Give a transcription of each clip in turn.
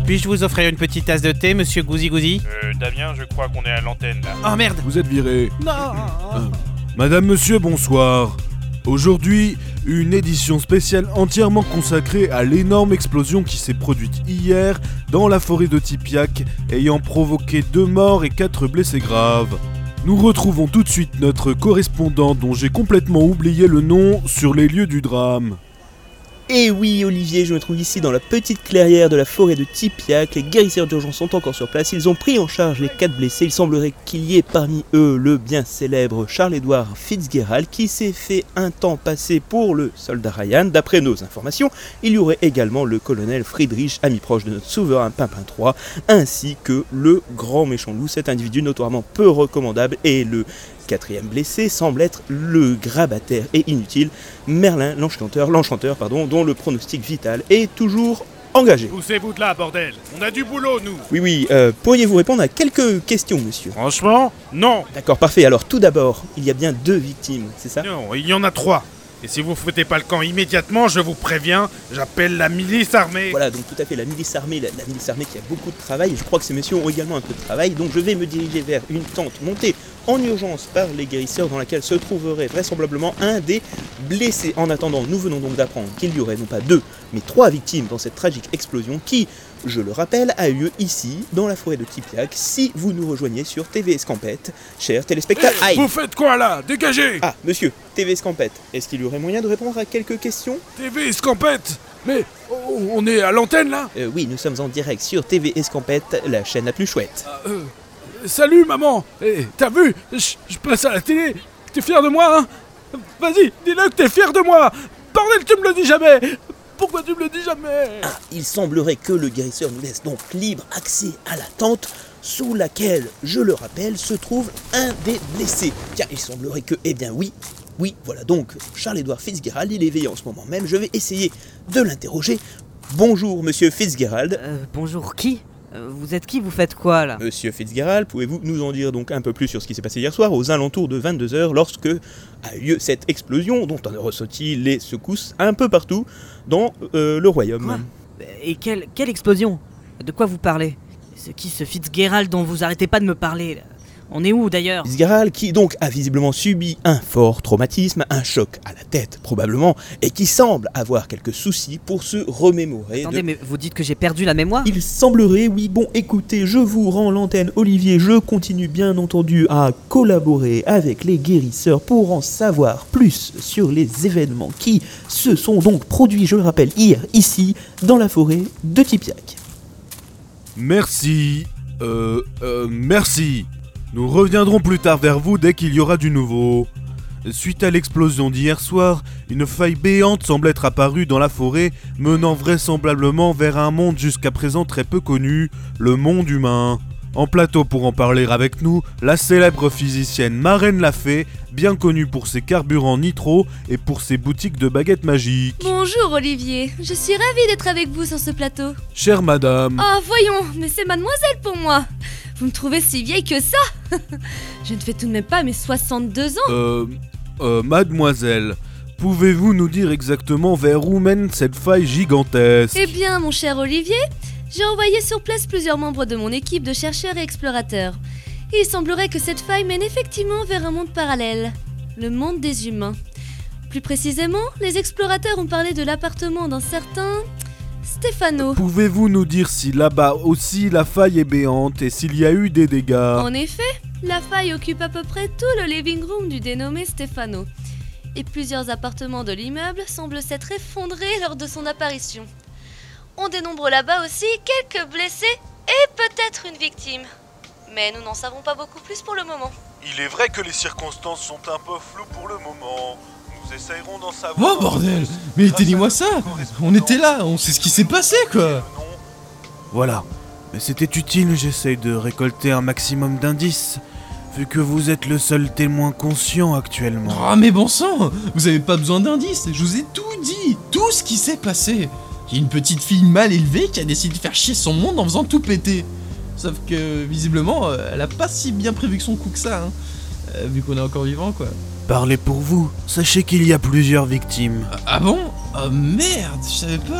Puis-je vous offrir une petite tasse de thé, monsieur Gouzi-Gouzi ? Damien, je crois qu'on est à l'antenne là. Oh merde ! Vous êtes viré. Non. Madame, monsieur, bonsoir. Aujourd'hui, une édition spéciale entièrement consacrée à l'énorme explosion qui s'est produite hier dans la forêt de Tipiak, ayant provoqué 2 morts et 4 blessés graves. Nous retrouvons tout de suite notre correspondant dont j'ai complètement oublié le nom sur les lieux du drame. Et oui, Olivier, je me trouve ici dans la petite clairière de la forêt de Tipiak. Les guérisseurs d'urgence sont encore sur place. Ils ont pris en charge les 4 blessés. Il semblerait qu'il y ait parmi eux le bien célèbre Charles-Édouard Fitzgerald qui s'est fait un temps passer pour le soldat Ryan. D'après nos informations, il y aurait également le colonel Friedrich, ami proche de notre souverain Pimpin III, ainsi que le grand méchant loup, cet individu notoirement peu recommandable, et le 4e blessé semble être le grabataire et inutile Merlin l'enchanteur, dont le pronostic vital est toujours engagé. Poussez-vous de là, bordel. On a du boulot, nous. Oui, pourriez-vous répondre à quelques questions, monsieur ? Franchement, non. D'accord, parfait. Alors tout d'abord, il y a bien 2 victimes, c'est ça ? Non, il y en a 3. Et si vous foutez pas le camp immédiatement, je vous préviens, j'appelle la milice armée. Voilà, donc tout à fait, la milice armée qui a beaucoup de travail, et je crois que ces messieurs ont également un peu de travail, donc je vais me diriger vers une tente montée en urgence par les guérisseurs dans laquelle se trouverait vraisemblablement un des blessés. En attendant, nous venons donc d'apprendre qu'il y aurait non pas 2, mais 3 victimes dans cette tragique explosion qui, je le rappelle, a eu lieu ici, dans la forêt de Tipiak, si vous nous rejoignez sur TV Escampette, chers téléspectateurs. Hey, vous faites quoi là ? Dégagez ! Ah, monsieur, TV Escampette, est-ce qu'il y aurait moyen de répondre à quelques questions ? TV Escampette ? Mais on est à l'antenne là ? Oui, nous sommes en direct sur TV Escampette, la chaîne la plus chouette. Salut maman. T'as vu ? Je passe à la télé. T'es fier de moi, hein ? Vas-y, dis-le que t'es fier de moi. Bordel, tu me le dis jamais. Pourquoi tu me le dis jamais ? Il semblerait que le guérisseur nous laisse donc libre accès à la tente sous laquelle, je le rappelle, se trouve un des blessés. Car il semblerait que, oui, voilà donc Charles-Édouard Fitzgerald, il est éveillé en ce moment même. Je vais essayer de l'interroger. Bonjour, monsieur Fitzgerald. Bonjour, qui ? Vous êtes qui ? Vous faites quoi, là ? Monsieur Fitzgerald, pouvez-vous nous en dire donc un peu plus sur ce qui s'est passé hier soir, aux alentours de 22h, lorsque a eu lieu cette explosion dont on a ressenti les secousses un peu partout dans le royaume. Quoi ? Et quelle explosion ? De quoi vous parlez ? C'est qui ce Fitzgerald dont vous arrêtez pas de me parler, là ? On est où d'ailleurs ? Fitzgerald qui donc a visiblement subi un fort traumatisme, un choc à la tête probablement, et qui semble avoir quelques soucis pour se remémorer. Attendez, mais vous dites que j'ai perdu la mémoire ? Il semblerait, oui, bon écoutez, je vous rends l'antenne Olivier, je continue bien entendu à collaborer avec les guérisseurs pour en savoir plus sur les événements qui se sont donc produits, je le rappelle, hier, ici, dans la forêt de Tipiak. Merci. Merci. Nous reviendrons plus tard vers vous dès qu'il y aura du nouveau. Suite à l'explosion d'hier soir, une faille béante semble être apparue dans la forêt, menant vraisemblablement vers un monde jusqu'à présent très peu connu, le monde humain. En plateau pour en parler avec nous, la célèbre physicienne Marraine Lafay, bien connue pour ses carburants nitro et pour ses boutiques de baguettes magiques. Bonjour Olivier, je suis ravie d'être avec vous sur ce plateau. Chère madame... Oh voyons, mais c'est mademoiselle pour moi. Vous me trouvez si vieille que ça? Je ne fais tout de même pas mes 62 ans. Mademoiselle, pouvez-vous nous dire exactement vers où mène cette faille gigantesque? Eh bien, mon cher Olivier, j'ai envoyé sur place plusieurs membres de mon équipe de chercheurs et explorateurs. Et il semblerait que cette faille mène effectivement vers un monde parallèle, le monde des humains. Plus précisément, les explorateurs ont parlé de l'appartement d'un certain Stefano. Pouvez-vous nous dire si là-bas aussi la faille est béante et s'il y a eu des dégâts? En effet, la faille occupe à peu près tout le living room du dénommé Stefano. Et plusieurs appartements de l'immeuble semblent s'être effondrés lors de son apparition. On dénombre là-bas aussi quelques blessés et peut-être une victime. Mais nous n'en savons pas beaucoup plus pour le moment. Il est vrai que les circonstances sont un peu floues pour le moment. Nous essayerons d'en savoir... Oh bordel! Mais dis-moi ça! On était là, on sait ce qui s'est passé quoi! Voilà. Mais c'était utile, j'essaye de récolter un maximum d'indices, vu que vous êtes le seul témoin conscient actuellement. Ah mais bon sang! Vous avez pas besoin d'indices, je vous ai tout dit! Tout ce qui s'est passé! Il y a une petite fille mal élevée qui a décidé de faire chier son monde en faisant tout péter. Sauf que, visiblement, elle a pas si bien prévu que son coup que ça, hein. Vu qu'on est encore vivant, quoi. Parlez pour vous, sachez qu'il y a plusieurs victimes. Ah bon? Oh merde, je savais pas.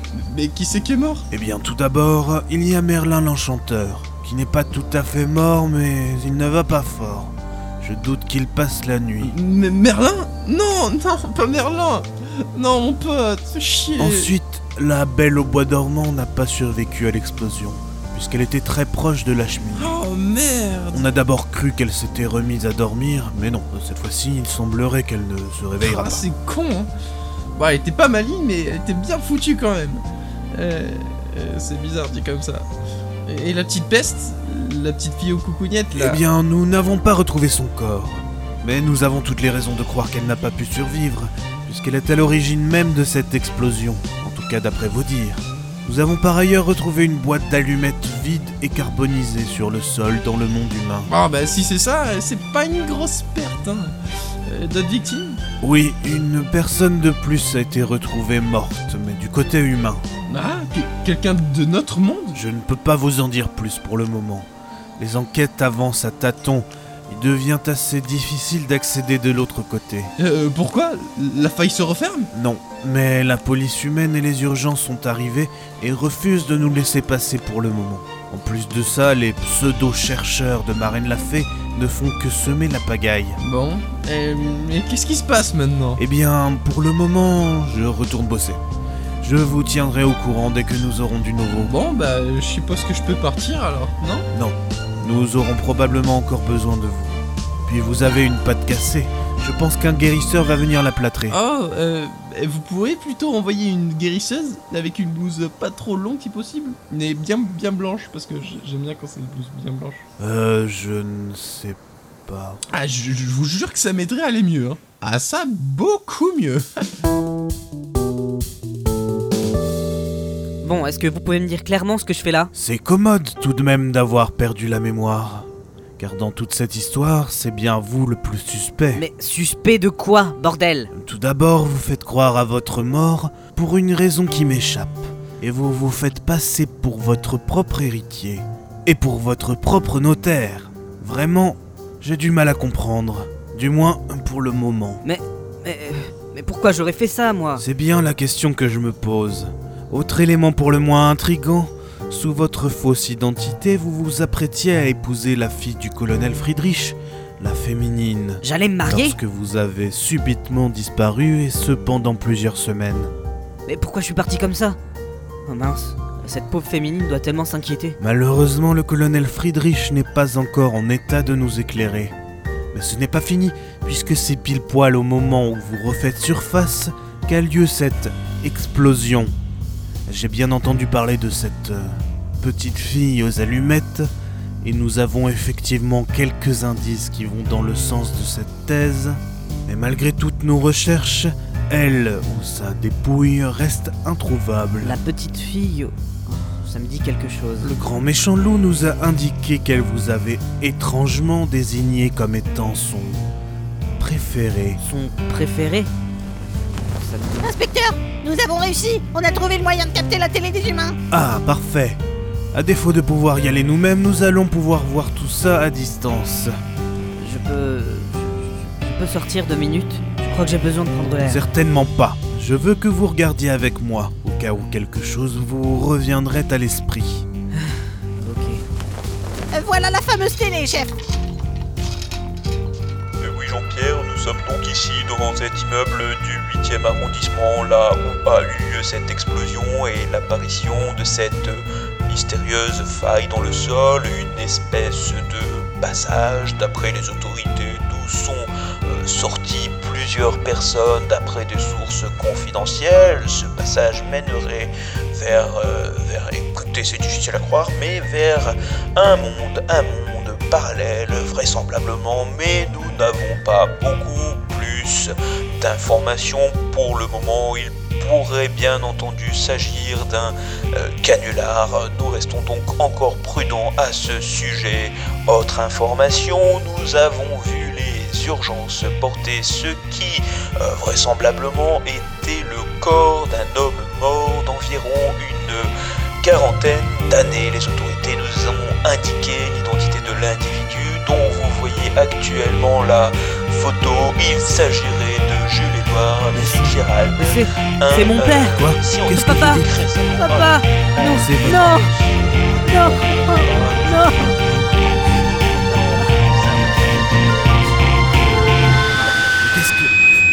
Mais qui c'est qui est mort? Eh bien, tout d'abord, il y a Merlin l'Enchanteur, qui n'est pas tout à fait mort, mais il ne va pas fort. Je doute qu'il passe la nuit. Mais Merlin? Non, pas Merlin. Non, mon pote, fais chier. Ensuite, la Belle au Bois dormant n'a pas survécu à l'explosion, puisqu'elle était très proche de la cheminée. Oh merde. On a d'abord cru qu'elle s'était remise à dormir, mais non, cette fois-ci, il semblerait qu'elle ne se réveillera pas. C'est con, hein. Bon, elle était pas maligne, mais elle était bien foutue quand même. C'est bizarre dit comme ça. Et la petite peste? La petite fille aux coucougnettes là? Eh bien, nous n'avons pas retrouvé son corps. Mais nous avons toutes les raisons de croire qu'elle n'a pas pu survivre, puisqu'elle est à l'origine même de cette explosion, en tout cas d'après vos dires. Nous avons par ailleurs retrouvé une boîte d'allumettes vide et carbonisée sur le sol dans le monde humain. Ah bah si c'est ça, c'est pas une grosse perte, hein. D'autres victimes? Oui, une personne de plus a été retrouvée morte, mais du côté humain. Ah, quelqu'un de notre monde? Je ne peux pas vous en dire plus pour le moment. Les enquêtes avancent à tâtons. Il devient assez difficile d'accéder de l'autre côté. Pourquoi? La faille se referme? Non, mais la police humaine et les urgences sont arrivés et refusent de nous laisser passer pour le moment. En plus de ça, les pseudo-chercheurs de Marraine la Fée ne font que semer la pagaille. Bon, mais qu'est-ce qui se passe maintenant? Eh bien, pour le moment, je retourne bosser. Je vous tiendrai au courant dès que nous aurons du nouveau. Bon, bah, je suppose que je peux partir alors, non? Non, nous aurons probablement encore besoin de vous. Puis vous avez une patte cassée. Je pense qu'un guérisseur va venir la plâtrer. Oh, vous pourriez plutôt envoyer une guérisseuse avec une blouse pas trop longue si possible, mais bien blanche, parce que j'aime bien quand c'est une blouse bien blanche. Je ne sais pas. Ah, je vous jure que ça m'aiderait à aller mieux, hein. Ah, ça, beaucoup mieux. Bon, est-ce que vous pouvez me dire clairement ce que je fais là? C'est commode tout de même d'avoir perdu la mémoire. Car dans toute cette histoire, c'est bien vous le plus suspect. Mais suspect de quoi, bordel? Tout d'abord, vous faites croire à votre mort pour une raison qui m'échappe. Et vous vous faites passer pour votre propre héritier. Et pour votre propre notaire. Vraiment, j'ai du mal à comprendre. Du moins, pour le moment. Mais pourquoi j'aurais fait ça, moi? C'est bien la question que je me pose. Autre élément pour le moins intriguant. Sous votre fausse identité, vous vous apprêtiez à épouser la fille du colonel Friedrich, la féminine. J'allais me marier? Lorsque vous avez subitement disparu, et ce pendant plusieurs semaines. Mais pourquoi je suis parti comme ça? Oh mince, cette pauvre féminine doit tellement s'inquiéter. Malheureusement, le colonel Friedrich n'est pas encore en état de nous éclairer. Mais ce n'est pas fini, puisque c'est pile poil au moment où vous refaites surface qu'a lieu cette explosion. J'ai bien entendu parler de cette petite fille aux allumettes, et nous avons effectivement quelques indices qui vont dans le sens de cette thèse. Mais malgré toutes nos recherches, elle ou sa dépouille reste introuvable. La petite fille... Oh, ça me dit quelque chose. Le grand méchant loup nous a indiqué qu'elle vous avait étrangement désigné comme étant son préféré. Son préféré? Inspecteur, nous avons réussi. On a trouvé le moyen de capter la télé des humains. Ah, parfait. À défaut de pouvoir y aller nous-mêmes, nous allons pouvoir voir tout ça à distance. Je peux sortir 2 minutes? Je crois que j'ai besoin de prendre l'air. Certainement pas. Je veux que vous regardiez avec moi, au cas où quelque chose vous reviendrait à l'esprit. Ok. Voilà la fameuse télé, chef. Oui, Jean-Pierre, nous sommes donc ici devant cet immeuble du 8e arrondissement, là où a eu lieu cette explosion et l'apparition de cette mystérieuse faille dans le sol, une espèce de passage d'après les autorités d'où sont sorties plusieurs personnes d'après des sources confidentielles. Ce passage mènerait vers écoutez, c'est difficile à croire, mais vers un monde parallèle vraisemblablement, mais nous n'avons pas beaucoup plus d'informations pour le moment. Il pourrait bien entendu s'agir d'un canular. Nous restons donc encore prudents à ce sujet. Autre information, nous avons vu les urgences porter ce qui vraisemblablement était le corps d'un homme mort d'environ une quarantaine d'années. Les autorités nous ont indiqué l'identité de l'individu dont vous voyez actuellement la photo. Il s'agirait de Jules-Édouard Fitzgerald. C'est mon père. Quoi? Si on Qu'est-ce que Papa. tu dis? Papa. Non. C'est votre- Non. Non. Non. Qu'est-ce que...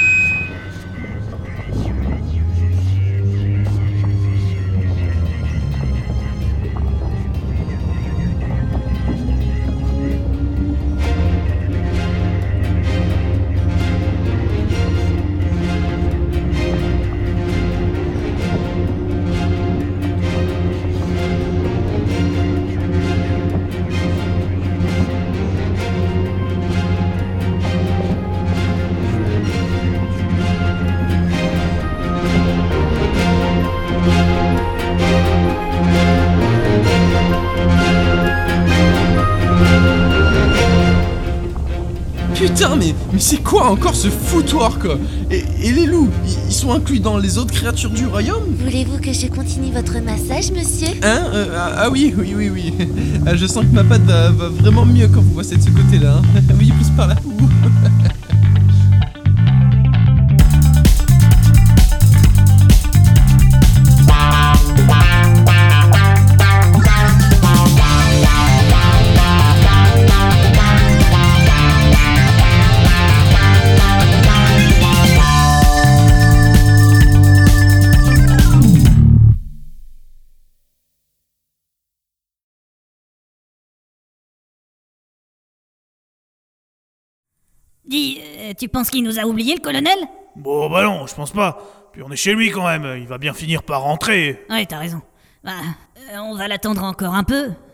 Putain, mais c'est quoi encore ce foutoir, quoi? Et les loups, ils sont inclus dans les autres créatures du royaume? Voulez-vous que je continue votre massage, monsieur? Hein? Oui. Ah, je sens que ma patte va vraiment mieux quand vous passez de ce côté-là. Hein. Oui, plus par là. Ouh. Dis, tu penses qu'il nous a oublié, le colonel? Bon, bah non, je pense pas. Puis on est chez lui quand même, il va bien finir par rentrer. Ouais, t'as raison. Bah, on va l'attendre encore un peu.